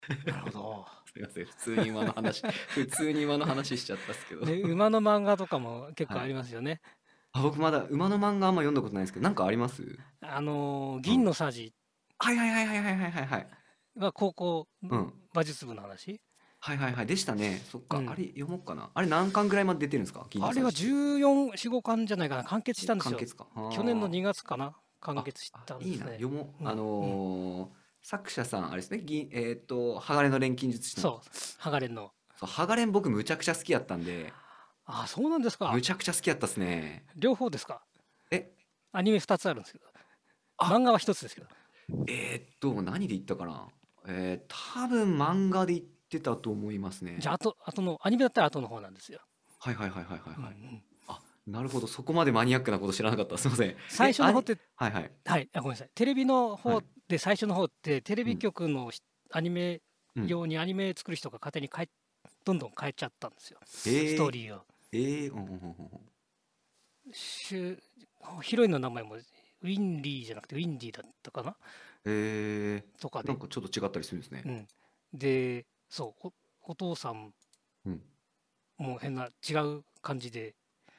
なるほど。 すいません、普通に馬の話しちゃったっすけど。 で、馬の漫画とかも結構ありはい。 ますよね。 あ、僕まだ馬の漫画あんま読んだことないんですけど、なんかあります？ 銀うん。 のさじはいはいはいはいはいはいはいはい。 は高校うん。 馬術部の話。 はいはいはい。でしたね。そっか。あうん。 れ読もうかな。あれ何巻ぐらいまで出てるんですか、銀のあれはさじって。 14、4、5巻じゃないかな。完結したんですよ。 完結か。 去年のあ 2月かな。完あ。 結しあ、いいな。 たんですね。 読もう。 うん、うん。 作者さん、あれですね。鋼の錬金術師の。 そう、ハガレンの。 そう、鋼僕むちゃくちゃ好きやったんで、 あ、そうなんですか。 むちゃくちゃ好きやったっすね。 両方ですか。 え、 アニメ2つあるんですけど。 あ、 漫画は1つですけど。 何で言ったかな。多分漫画で言ってたと思いますね。 じゃあ、あとの、アニメだったら後の方なんですよ。 はいはいはいはいはいはい。 うんうん、 あ、なるほど。そこまでマニアックなこと知らなかった。すいません。 最初の方って、 はいはい。 はい、ごめんなさい。テレビの方はい。 で最初の方って、テレビうん。 局のアニメうん。 用にアニメ作る人が勝手にどんどん変えちゃったんですよ。スへえ。 トーリーを。 うんうんうんうんうん。 しゅヒロインの名前もウィンリーじゃなくてウィンディだったかなとかで。 なんかちょっと違ったりするんですね。 うん。で、そうお父さんうん。 も変な違う感じで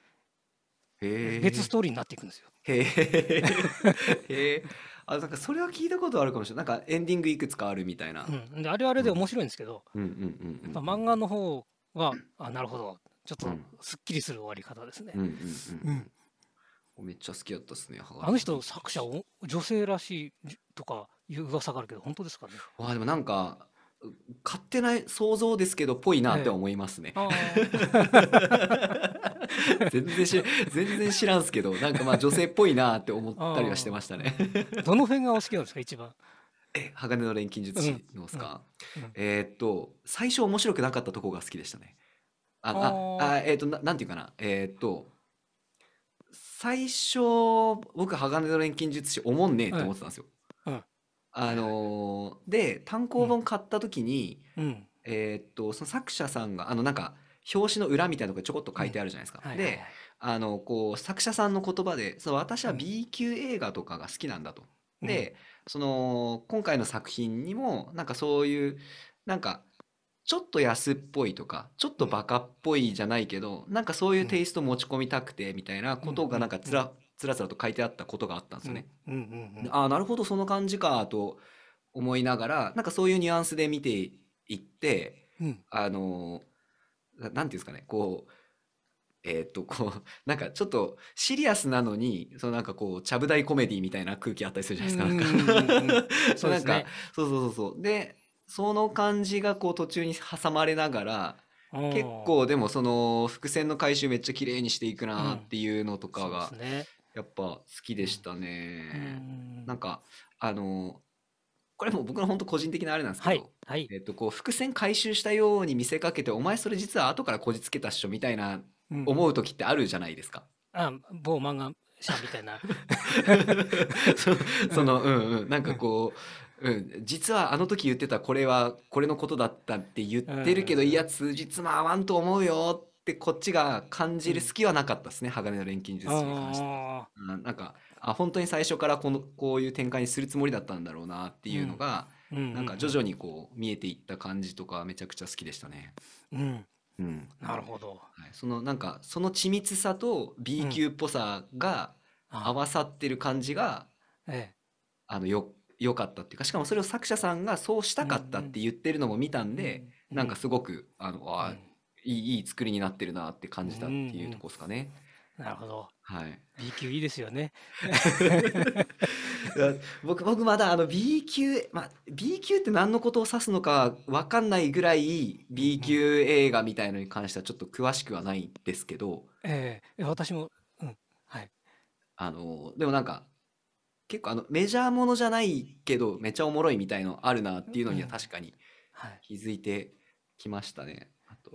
別スへトーリーになっていくんですよ。 え。へえ。へえ。あ、なんかそれは聞いたことあるかもしれない。なんかエンディングいくつかあるみたいな。 うん。で、あれはあれうん。 で面白いんですけど、 うんうんうんやっぱ漫画の方は、あ、なるほど。ちょっとうんうん。 すっきりする終わり方ですね。 うんうんうんうん。 うん。めっちゃ好きだったっすね、鋼の錬あの人、 金術師。 作者女性らしいとかいう噂があるけど、本当ですかね。 わあ、でもなんか、勝手な想像ですけど、ぽいなってええ。 思いますね。 ああ。 全然全然知らんすけど、なんかまあ女性っぽいなって思ったりはしてまああ。 したね。 どの辺がお好きなんですか、一番。 鋼の錬金術うん。 師のっすうん。 か？ うん。 最初面白くなかったとこが好きでしたね。あ、 ああ。 なんていうかな。最初、僕、鋼の錬金術師おもんねえって思ええ。 ってたんですよ。 うん。はいはい。 で、単うん。 行本買った時に、 うん。 その作者さんが、なんか、表紙の裏みたいなところにちょこっと書いてうん。 あるじゃないですか。 はいはいで、 はい。 こう、作者さんの言葉で、そう、私はうん。 B 級映画とかが好きなんだと。 うん。 で、今回の作品にも、なんかそういう、なんか、ちょっと安っぽいとか、ちょっうん。 とバカっぽいじゃないけど、なんかそういうテうん。 イスト持ち込みたくて、みたいなうん。 ことが、なんうん。うん。 かつらつらと書いてあったことがあったんですうん。 よね。 うん。うん。 ああ、なるほど、その感じかと思いながら、なんかそういうニュアンスで見ていって、 うん。 あの、なんていうんですかね、こう、なんかちょっとシリアスなのに、そのなんかこう、ちゃぶ台コメディみたいな空気あったりするじゃうん。うないですか、なんかん。うん。 で、なんか、 そうですね。 そうそうそうそう。で、その感じがこう途中に挟まれながら、 あ結構であ。 もその伏線の回収めっちゃ綺麗にしていくなっうん。 ていうのとかそうですが、 ね。 やっぱ好きうん。 でしたうね。なん。 んか、あの、これもう僕の本当個人的なあれなんですけはい。 ど、 はい。 こう伏線回収したように見せかけて、お前それ実は後からこじつけたっしょみたいなうん。 思う時ってあるじゃないですか。 あ、某漫画社みたいな。 そうん。 なんうん。 かこう、実はあの時言ってたこれはこれのことだったって言っうん。 てるけど、いや、通じつまわんと思うよってこっちが感うん。 じる隙はなかったですね、鋼の錬金術師に関しては。 ああ。 なんか、本当に最初からこういう展開にするつもりだったんだろうなってうん。 いうのが、 うん。うん。 なんか徐々にこう見えていった感じとかめちゃくちゃ好きでしたね。 うん。うん。 うん。 なるほど。 はい、なんかその緻密さとう B ん。 級っぽさが合あわさってる感じがあ。ええ。 良かったっていうか、しかもそれを作者さんがそうしたうん。うかったってん。 言ってるのも見たんで、 うん。うん。 なんかすごくうん。 いい作りになってるなって感うん。うじたっていうとん。 こですかね。 なるほど。 はい。 B 級いいですよね。 いや僕まだB 級、まあ、B 級って何のことを指すのかわかんないぐらいうん。う B ん。 級映画みたいのに関してはちょっと詳しくはないんですけど、 私も、うん。はい。 でもなんか結構メジャーものじゃないけどめちゃおもろいみたいのあるなっていうのにはうん。 確かにはい。 気づいてきましたね。あとうん。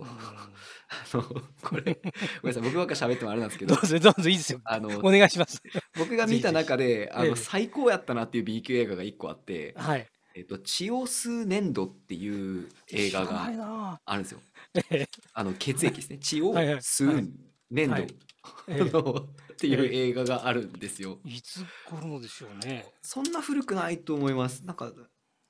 これ、ごめんなさい、僕ばっか喋ってもあれなんですけど、 どうぞどうぞいいですよ。 あの、 お願いします。 僕が見たぜひぜひ。 中で、 ええ。 最高やったなっていう B 級映画が一個あって、 はい。 血を吸う粘土っていう映知らな画がいなあるんですよ。 あ。ええ。 血液ですね。血をはいはいはい吸う粘土はい。えってえ。 いうえ映画があるんですよ。 いつ頃のでしょうね。 そんな古くないと思います。なんか、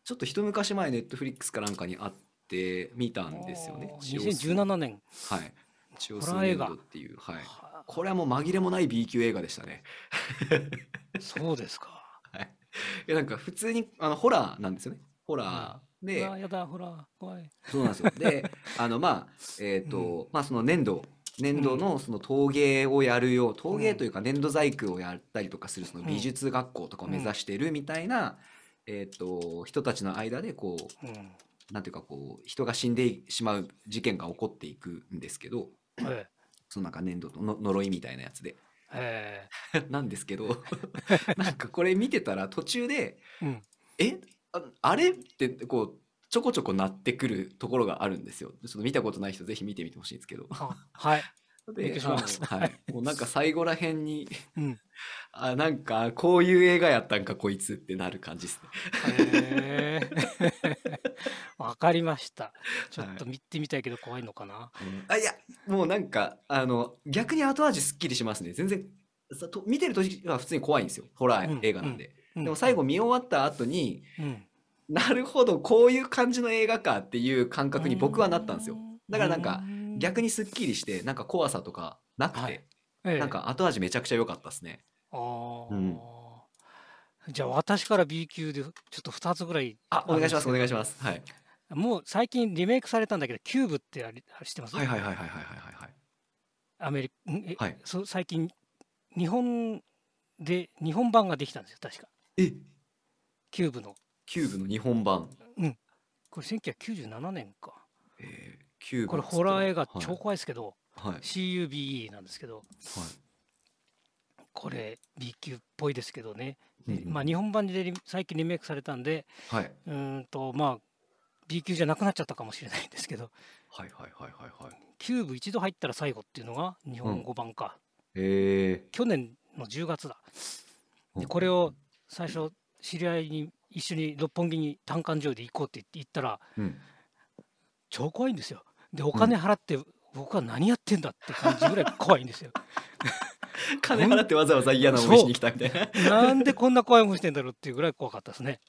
ちょっと一昔前ネットフリックスかなんかにあって見たんですよね。 2017年。 はい。血をホ吸うラー映画。 粘土っていう、はい。これはもう紛れもない B 級映画でしたね。 そうですか。 はい。いやなんか普通にホラーなんですよね。ホうん。 ラーうわ、 で、 やだ、ほら、怖い。 そうなんですよ。で、 うん。 まあその粘土うん。 のその陶芸をやるよう、陶芸とうん。 いうか粘土細工をやったりとかするその美うん。 術学校とかを目指うん。 してるみたいな、人たちの間でうん。 なんていうか人が死んでしまう事件が起こっていくんですけど、 えそのなんか粘土の呪いみたいなやつで。 え。 なんですけど、なんかこれ見てたら途中で、 うん。 え、あれってちょこちょこなってくるところがあるんですよ。ちょっと見たことない人ぜひ見てみてほしいんですけど。 あ、はい。勉で、 強します。はい。 はい。もうなんか最後らへんにうん。 なんかこういう映画やったんかこいつってなる感じですね。 へえ。わかりました。ちょはい。 っと見てみたいけど怖いのかな。 うん、いや、もうなんか、逆に後味すっきりしますね。全然、見てる時は普通に怖いんですよ。ホラーうん。うん。 映画なんで。 うん。 でも最うん。 後見終わった後に、 うん。 なるほど、こういう感じの映画かっていう感うー覚に僕はなったんですよ。 ん。うーだからなんか逆ん。 にすっきりして、なんか怖さとかなくはい。 て、 えなんえ。 か後味めちゃくちゃ良かったですね。 あうん。 あ。じゃあ私から B 級でちょっと2つぐらいあ、おあ願いします、 るんですけど、 お願いします。はい。 もう最近リメイクされたんだけど、キューブって知ってます？ はいはいはいはいはいはいはい。 アメリカ、 はい。 最近、日本日本版ができたんですよ、確か。 え、 キューブの。 キューブの日本版。 うん。これ1997年か。 キューこれブっつったら、 ホラー映画はい。 超怖いですけど、 はい。 CUBE なんですけど、 はい。 これ B 級っぽいですけどね。 うんうんうで、まあ日ん。 本版で最近リメイクされたんで、 はい。 まあ B 級じゃなくなっちゃったかもしれないんですけど、 はいはいはいはいはい。 キューブ一度入ったら最後っていうのが日本うん。 語版か。 へえ。 去年の10月だ。で、 うんうんこれをうん。 最初、知り合いに一緒に六本木に単館上映で行こうって言ったら、 うん。 超怖いんですよ。で、おうん。 金払って僕は何やってんだって感じぐらい怖いんですよ。 金こん払ってわざわざ嫌な思いしにそ来たみたいな。 なんでこんな怖い思いしてんだろうっていうぐらい怖かったですね。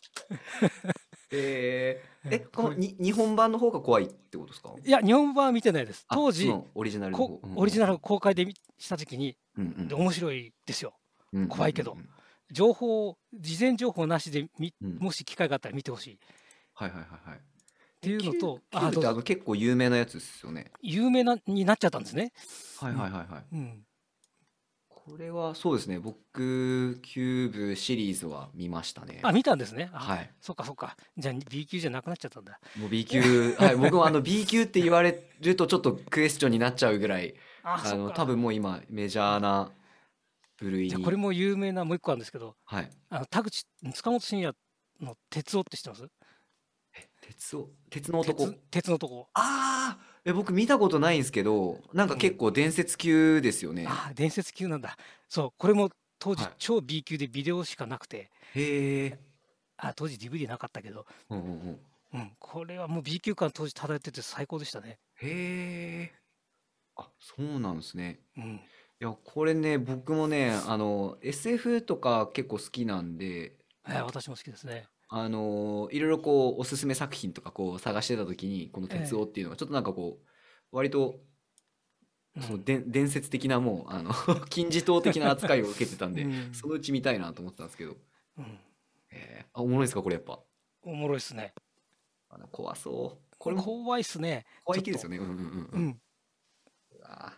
ここれ、 の日本版の方が怖いってことですか？ いや、日本版は見てないです。 あ、 当時、 そのオリジナルの方。うんうんオリジナルうん。 公開でした時に、 うんうん面白いですよ。 うんうんうん怖いけど。 うん。 事前情報なしでうん。 もし機会があったら見てほしい。っはいはいはいはい。 ていうのと、 キューブってどうぞ。 結構有名なやつですよね。 になっちゃったんですね。 はいうん。 はいはいはい。 うん。 これはそうですね。僕、キューブシリーズは見ましたね。 あ、見たんですね。あ、 はい。 そっかそっか。じゃあ B 級じゃなくなっちゃったんだ。 もう B 級、はい。僕もB 級って言われるとちょっとクエスチョンになっちゃうぐらい、 あ、そっ多か。 分もう今メジャーな部類じゃあこれに、 も有名なもう一個あるんですけど、 はい。 塚本慎也の鉄夫って知ってます？ 鉄の男。 鉄の男。 僕見たことないんですけど、なんか結うん。 構伝説級ですよね。 伝説級なんだ。そう、これも当時はい。 超 B 級でビデオしかなくて、 へえ。 当時 DVD なかったけど、 うんうんうん。 うん、これはもう B 級感当時漂ってて最高でしたね。 へえ。あ、そうなんですね。 うん。 いや、これね、僕もね、SF とか結構好きなんで、 私も好きですね。 いろいろおすすめ作品とか探してた時に、この鉄え夫っていうのがちょっとなんか割とうん。 伝説的なもう金字塔的な扱いを受けてたんうで、そん。 のうち見たいなと思ってたんですけど、 うん。 おもろいですかこれやっぱ。 おもろいっすね。 怖そう。これも怖いっすね。ちょっと。 怖い系ですよね。うんうんうんうん。 うん。 うわ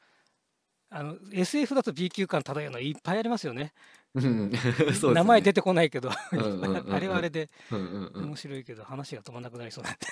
SF だと B 級感漂うのいっぱいありますよね。 うん、そうですよね。 名前出てこないけど、いっうんうんうんぱいあれはうん。 あれでうんうんうん。 面白いけど、話が止まんなくなりそうなんで。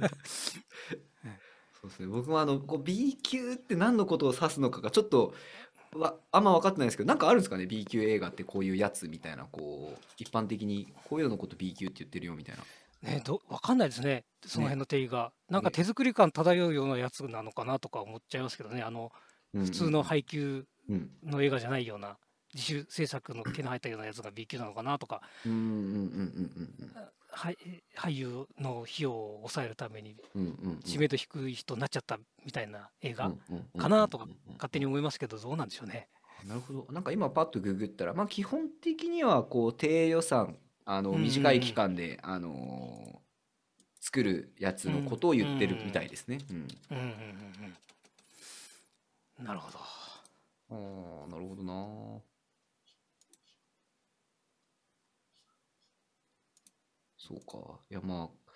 そうですね。僕もB 級って何のことを指すのかがちょっとあんま分かってないですけど、なんかあるんですかね B 級映画ってこういうやつみたいな、一般的にこういうのこと B 級って言ってるよみたいな。 ね、わかんないですね。そのね。 辺の定義が。なんかね。 手作り感漂うようなやつなのかなとか思っちゃいますけどね。 うんう普通のん配給うん。うん。 の映画じゃないような、自主制作の毛の入ったようなやつが B 級なのかなとか、 うんうんうんうんはい俳優の費用を抑えるためにうんうんうんうん知名度低い人になっちゃったみたいな映画うんうんうんうんうんかなとかうん勝手に思いますけど、どうなんでしょうね。 なるほど。なんか今パッとググったら、まあ基本的には低予算うんうん短い期うん間で、作るやつうんのことを言うんってるみたいですね。うん。 うんうんうんうん。なるほど。 ああ、なるほどな。そうか。いや、まあ、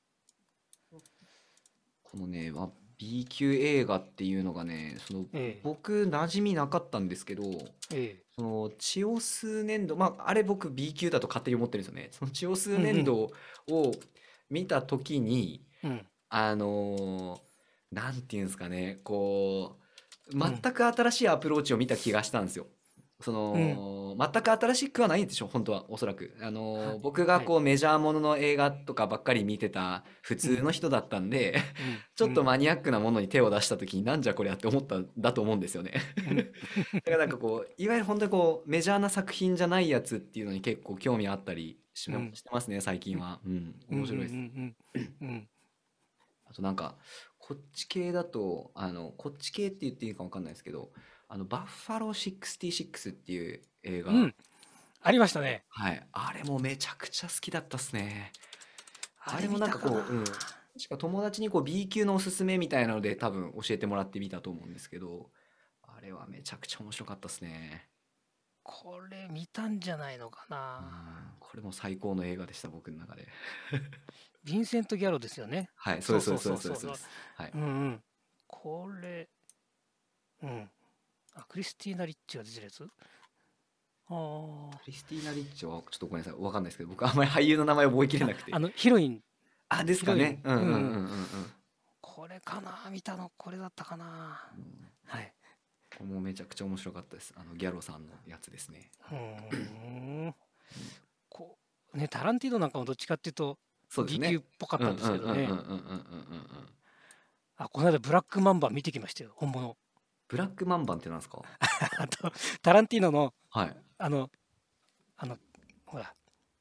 このね、まあ、B 級映画っていうのがね、 え僕、馴染みなかったんですけど、 え、え血を吸う粘土、まあ、あれ僕 B 級だと勝手に思ってるんですよね。その血を吸うえ、うんうん粘土を見たときに、 うんあのなんていうんですかね、こう、全うんく新しいアプローチを見た気がしたんですよ。 うん全く新しくはないんでしょ、本当は、おそらく。 は僕がはい。 こうメジャーものの映画とかばっかり見てた普うん通の人だったんで、 うんちょっとうんマニアックなものに手を出した時になんじゃこりゃって思ったんだと思うんですよね。 うんだからなんかこう、いわゆる本当にこう、メジャーな作品じゃないやつっていうのに結構興味あったりうんしてますね、最近は。うん、 うんうん面白いです。 うんうんあとなんか、こっち系だと、こっち系って言っていいかわかんないですけど、バッファロー66っていう映画、 うん。ありましたね。 はい、あれもめちゃくちゃ好きだったっすね。 あれあれもなん見たかな。 かこう、確か友達にこう B 級のおすすめみたいなので多分教えてもらってみたと思うんですけど、あれはめちゃくちゃ面白かったっすね。 これ見たんじゃないのかうん、 な。 これも最高の映画でした、僕の中で。 ヴィンセント・ギャロですよね。 はい、そうです、 そうそうそうです、そうです、 そうそうそう。 そうです。はい。 うんうん。これ、うん。あ、クリスティーナ・リッチが出てるやつ。あクリスティーナ・リッチはちょっとごめんなさい、わかんないですけど、僕あんまり俳優の名前覚えきれあ。 なくて。 ヒロイン、 あ、ですかね。 ヒロイン。 うんうんうんうんうんうん。 うん。 これかな、見たの、これだったかな。 うん、 はい。 これもめちゃくちゃ面白かったです。ギャロさんのやつですね。 うーん。 うん、 ね、タランティーノなんかもどっちかっていうとそうです B 級っね。 ぽかっうんうたんですんうんうんうんうんうんうけどね。 ん。 あ、この間ブラックマンバ見てきましたよ、本物。 ブラックマンバンってなんですか？ あと、タランティーノの、 はい。 あの、あの、ほら、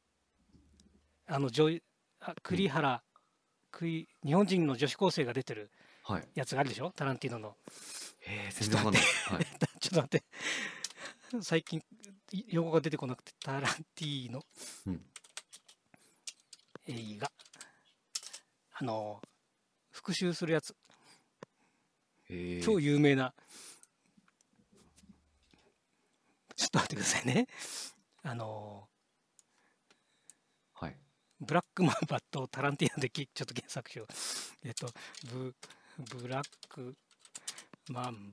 女優、 うん。 日本人の女子高生が出てるはい。 やつがあるでしょ、タランティーノの。 全ちょっと待って、 然わかんないです。はい。 ちょっと待って、最近、用語が出てこなくて、タランティーノうん。 映画、あの、復讐するやつ、超え。 有名な、ちょっと待ってくださいね。あの、 はい。 ブラックマンバとタランティーノでちょっと検索しよう。えっと、ブ、ブラックマンバ、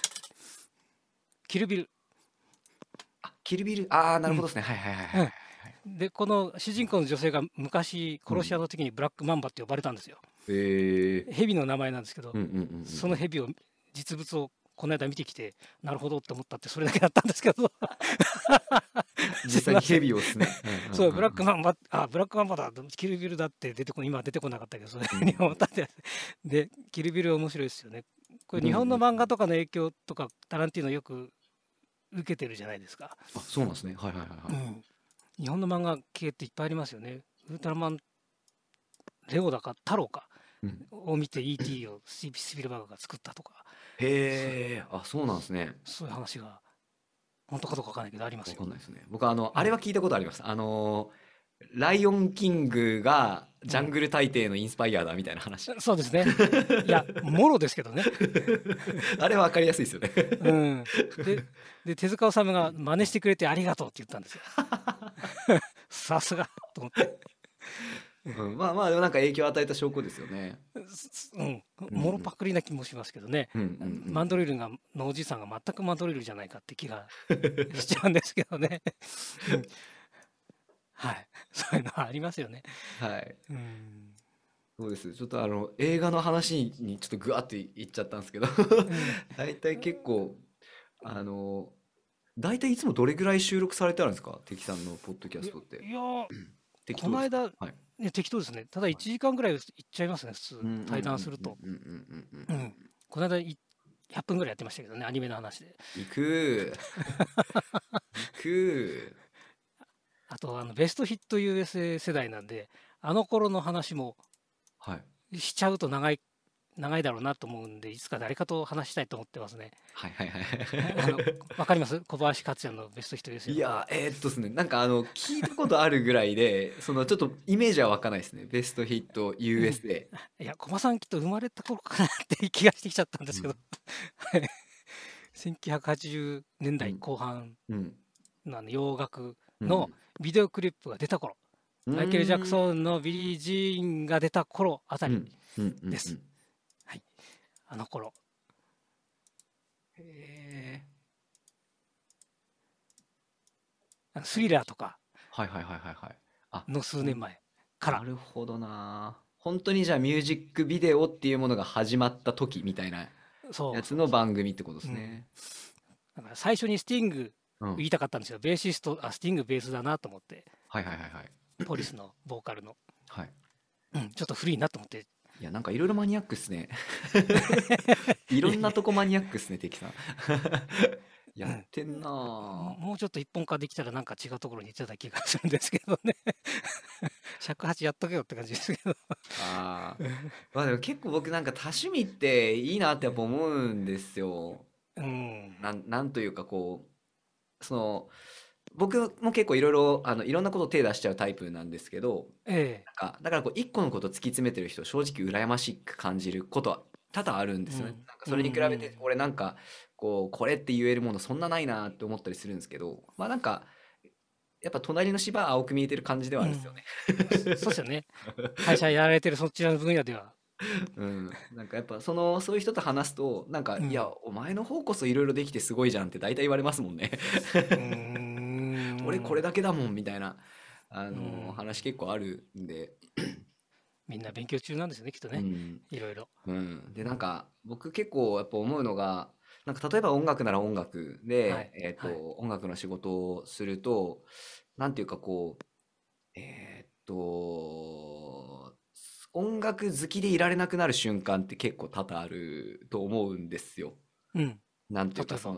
キルビル。 あ、キルビル。ああ、なうん。 るほどですね。はいはいはいはいはいうん。 はい。 で、この主人公の女性が昔うん。 殺し屋の時にブラックマンバって呼ばれたんですよ。 ええ。 蛇の名前なんですけど、 うんうんうんうんうん。 その蛇を、実物をこの間見てきて、なるほどって思ったってそれだけだったんですけど、す実際にいません。 ヘビをですね。うんうんそう、 うんうん。 ブラックマンバだ、キルビルだって今出てこなかったけど、それにうん思ったんで、で、キルビル面白いですよね。これうん。うん日本のうんうん。 漫画とかの影響とか、タランティーノよく受けてるじゃないですか。 あ、そうなんですね。はいはいはいはい。 うん。日本の漫画系っていっぱいありますよね。ウルトラマン、レオだか、太郎か、 うん。 を見て ET をスピルバーグが作ったとか、そうへえ、あ、そうなんですね。 そういう話が、本当かどうかわかんないけど、ありますわよ。 かんないですね。僕うん。 あれは聞いたことあります。ライオンキングがうん。 ジャングル大帝のインスパイアだみたいな話。 そうですね。いや、もろですけどね。 あれはわかりやすいですよね。 うん。で、手塚治虫が真似してくれてありがとうって言ったんですよ。さすがと思って。 うん、まあまあ、でもなんか影響を与えた証拠ですよね。 うん。 うんうん。 もろパクリな気もしますけどね。 うんうんマンドリルのおじさんが全くマンドリルじゃないかって気がしちゃうんですけどね。うん。はい。そういうのはありますよね。 うん。はい。 うん。 そうです。ちょっと映画の話にちょっとぐわっといっちゃったんですけど、 うん。 大体結構、あの、大体いつもどれぐらい収録されてあるんですか、テキさんのポッドキャいや、 ストって。 いや適当ですか？ この間、 はい。 ね、適当ですね。ただはい。 1時間ぐらいいっちゃいますね、普通、 うんうんうん対談すると。 うんうんうんうんうんうん。 うん。この間100分ぐらいやってましたけどね、アニメの話で。 行く行く。 あと、ベストヒット USA 世代なんで、あの頃の話もはい。 しちゃうと長い、 長いだろうなと思うんで、いつか誰かと話したいと思ってますね。 はいはいはあの、 い。 わかります？小林克也のベストヒットですよ。 いや、ですね、なんか聞いたことあるぐらいで、そのちょっとイメージは湧かないですね。ベストヒットうん。 USA。 いや、小林さんきっと生まれた頃かなっていう気がしてきちゃったんですけど、 うん。 はい。1980年代うん。 後半うん。 の洋楽のうん。 ビデオクリップが出た頃、 うマイケル・ジャクん。 ソンのビリー・ジーンが出た頃あたりうん。うん。うん。 です。 うん。 はい。あの頃へえ。 スリラーとかはいはいはいはいはい。あ、 の数年前かなら、 るほどな。本当にじゃあミュージックビデオっていうものが始まった時みたいなやつのそうそうそ番組ってことでう。うん。 すね。 だから最初にスティングうん。 言いたかったんですよ。ベーシスト、スティングベースだなと思って、 はいはいはいはい。 ポリスのボーカルの。 はい。 うん、ちょっと古いなと思って。 いや、なんかいろいろマニアックっすね。いろんないやいや、 とこマニアックっすね、テキさん。やうん。 ってんなぁ。 もうちょっと一本化できたらなんか違うところに行ってた気がするんですけどね。尺八やっとけよって感じですけど。 ああ。まあでも結構僕なんか多趣味っていいなってやっぱ思うんですよ。 うん。 なんというかこう、僕も結構いろいろ、いろんなこと手出しちゃうタイプなんですけど、 ええ。 だからこう、一個のこと突き詰めてる人、正直羨ましく感じることは多々あるんですよね。 うん。 なんかうん。 それに比べて、 うん。 俺なんか、これって言えるものそんなないなって思ったりするんですけど、まあなんか、やっぱ隣の芝は青く見えてる感じではあるんですよね。 うん。そうですよね。会社やられてるそちらの分野では。 うん。なんかやっぱそういう人と話すと、なんか、いや、 うん。 お前の方こそいろいろできてすごいじゃんって大体言われますもんね。 うー俺これん。 だけだもんみたいな、 うん。 話結構あるんで、 みんな勉強中なんですよね、きっとね。 うん。 いろいろ。 うん。で、 うん。 なんか、僕結構やっぱ思うのが、なんか例えば音楽なら音楽で、 はい。はい。 音楽の仕事をすると、なんていうかこう、音楽好きでいられなくなる瞬間って結構多々あると思うんですよ。 うん。 なんていうか、 例えば。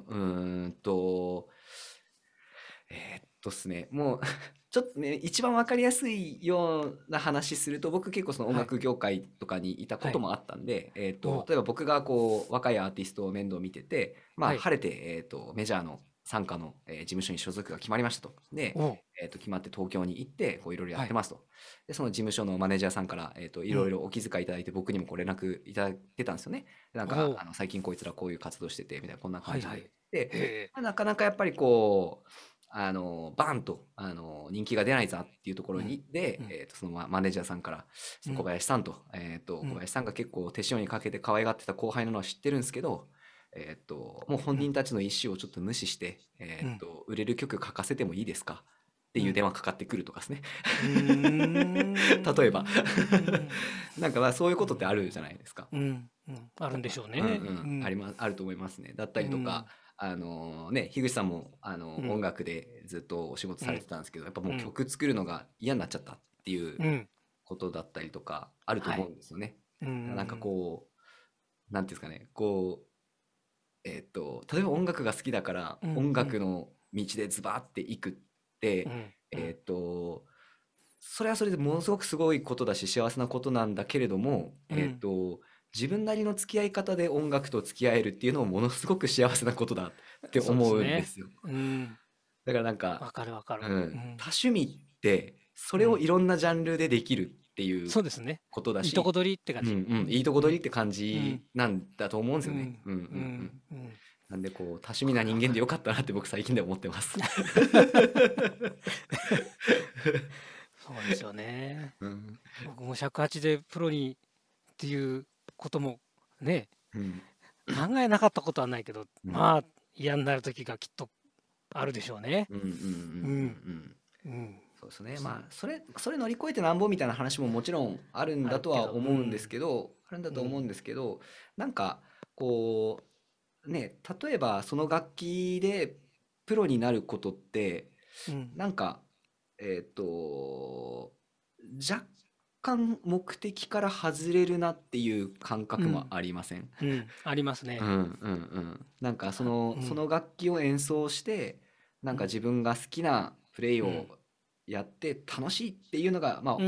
っすね、もうちょっとね、一番わかりやすいような話すると、僕結構その音はい。 楽業界とかにいたこはい。 ともあったんで、 お、 例えば僕がこう、若いアーティストを面倒見てて、まあ、 はい。 晴れて、メジャーの傘下の、事務所に所属が決まりましたと。で、 お、 決まって東京に行って、こういろいろやはい。 ってますと。で、その事務所のマネージャーさんから、いうん。 ろいろお気遣いいただいて、僕にもこう連絡いただいてたんですよね。でなんか、 お、 最近こいつらこういう活動してて、みたいな、こんなはいはい。 感じで。で、 へえ。 まあなかなかやっぱりこう、バンと、人気が出ないぞっていうところうん。 に、で、 うん。 そのマネージャーさんから、小うん。 林さんと、小うん。 林さんが結構手塩にかけて可愛がってた後輩なのは知ってるんですけど、もう本うん。 人たちの意思をちょっと無視して、 うん。 売れる曲書かせてもいいですかっていううん。 電話かかってくるとかですね。 うー例えばん。 なんかまあそういううん。 ことってあるじゃないですか。 うん。うん。あるんでしょううんうね。うん、 ん。 あると思いますね。だったりとか、 うん。 樋口さんも、音うん。 楽でずっとお仕事されてうん。 たんですけど、やっぱもううん。 曲作るのが嫌になっちゃったっていううん。 ことだったりとか、あると思うはい。 んですよね。 うなんかん。 こう、なんていうんですかね、こう、例えば音楽が好きだからうん。 音うん。 楽の道でズバーっていくって、 うん。うん。 えっと、それはそれでものすごくすごいことだし幸せなことなんだけれども、 うん。 自分なりの付き合い方で音楽と付き合えるっていうのもものすごく幸せなことだってそうで思すね。 うんですよ。 うん。 だからなんか、 わかるわかる。 うん、 うん。 多趣味ってそれをいうん。 ろんなジャンルでできるっていうそうですね。 ことだし、 いいとこ取りって感うんうじ。 ん、いいとこうん。 取りって感うん。 じなんだと思うんですよね。 うん。 うんうんううん。 ん。うん。 なんでこう多趣味わなかるわかる。 人間でよかったなって僕最近では思ってます。 そうですよね。 うん、 僕も尺八でプロにっていうこともね、 うん、 考えなかったことはないけど、 うん、 まあ嫌になる時がきっとあるでしょうね。 うん、うん、うん、うん、 うん。 うん。 うん。 そうですね。 そうまあ、それ乗り越えてなんぼみたいな話ももちろんあるんだとはあるけど、う思うんですん。 けど、あるんだと思うんうん。 ですけど、なんか、こね、例えばその楽器でプロになることって、 うん。 なんか、えっと、若干目的から外れるなっていう感覚もうん。 ありません？ うん。ありますね。 うんうんうん。なんかそうん。 の楽器を演奏して、なんかうん。 自分が好きなプレイうん。 をやって楽しいっていうのが、まあ、 うん。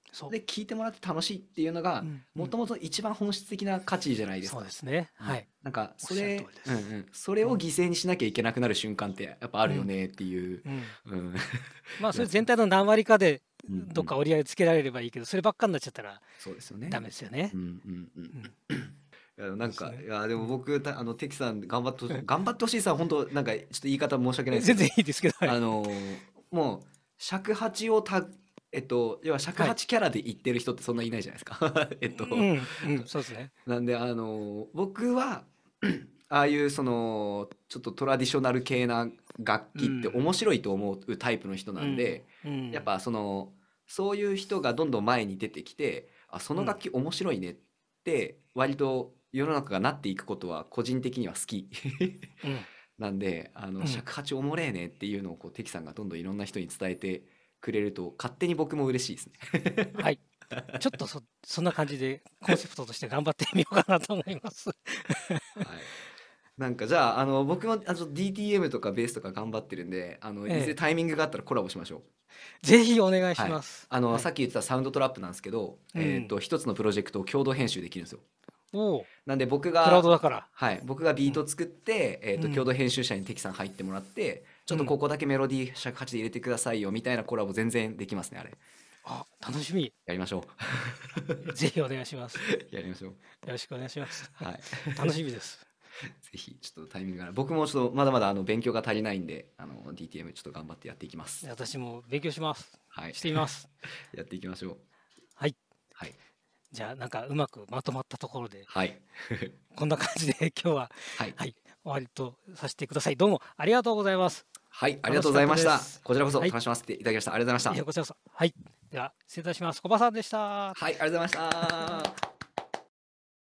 そう。 で聞いてもらって楽しいっていうのがうんうん。 もともと一番本質的な価値じゃないですか。 そうですね。 うん、 はい。 なんかおっしゃる通それ、 りです。 それうん。 を犠牲にしなきゃいけなくなる瞬間ってやっぱあうん。 るよねっていう、 うん。 うん、 まあ、それやつ。 全体の何割かで、 うんうん、 どっか折り合いをつけられればいいけど、そればっかになっちゃったらそうですよね。 ダメですよね。 うんうんうん。 うん。 いやなんですね。 かいやでうん。 も僕テキさん頑張ってほしいさ、本当なんかちょっと言い方申し訳ないですけ全然ど、 いいですけど、はい。 もう尺八を要は尺はい。 八キャラで言ってる人ってそんないないじゃないですか。 うん、うん、そうですね。 なんで僕はああいうちょっとトラディショナル系な楽器ってうん、 面白いと思うタイプの人うん、 なんで、 うん、 やっぱそういう人がどんどん前に出てきて、あ、そうん、 の楽器面白いねって割と世の中がなっていくことは個人的には好き。 うん、 なんでうん。 尺八おもれえねっていうのをこうテキさんがどんどんいろんな人に伝えてくれると勝手に僕も嬉しいですね。 はい。ちょっとそんな感じでコンセプトとして頑張ってみようかなと思います。 はい。なんかじゃあ、僕もDTM とかベースとか頑張ってるんで、いずれええ。 タイミングがあったらコラボしましょう。 ぜひお願いしはい。 ます。はい。 さっき言ってたサウンドトラップなんですけど、 うん。 一つのプロジェクトを共同編集できるんですよ。 おお、 なんでクラウドだから。 はい、僕がビうん、 ート作って、共同うん、 編集者にテキさん入ってもらって、ちょっとこうん。 こだけメロディー尺八で入れてくださいよみたいなコラボ全然できますね、あれ。 あ、楽しみ。 やりましょぜひお願いします。 う。やりましょう。 よろしくお願いします。 はい。 楽しみです。 ぜひ、ちょっとタイミングが僕もちょっとまだまだ勉強が足りないんで、DTM ちょっと頑張ってやっていきます。 私も勉強します。 はい。 してみます。 やっていきましょう。 はい。 はい。 じゃあ、なんかうまくまとまったところで、 はい。 こんな感じで今日は、 はい。 はい、終わりとさせてください。どうもありがとうございます。 はい。ありがとうご楽しかったざいました。 です。 こちらこそはい。 楽しませていただきました。ありがとうございました。 いや、こちらこそ。はい。では、失礼いたします。小葉さんでした。 はい。ありがとうございました。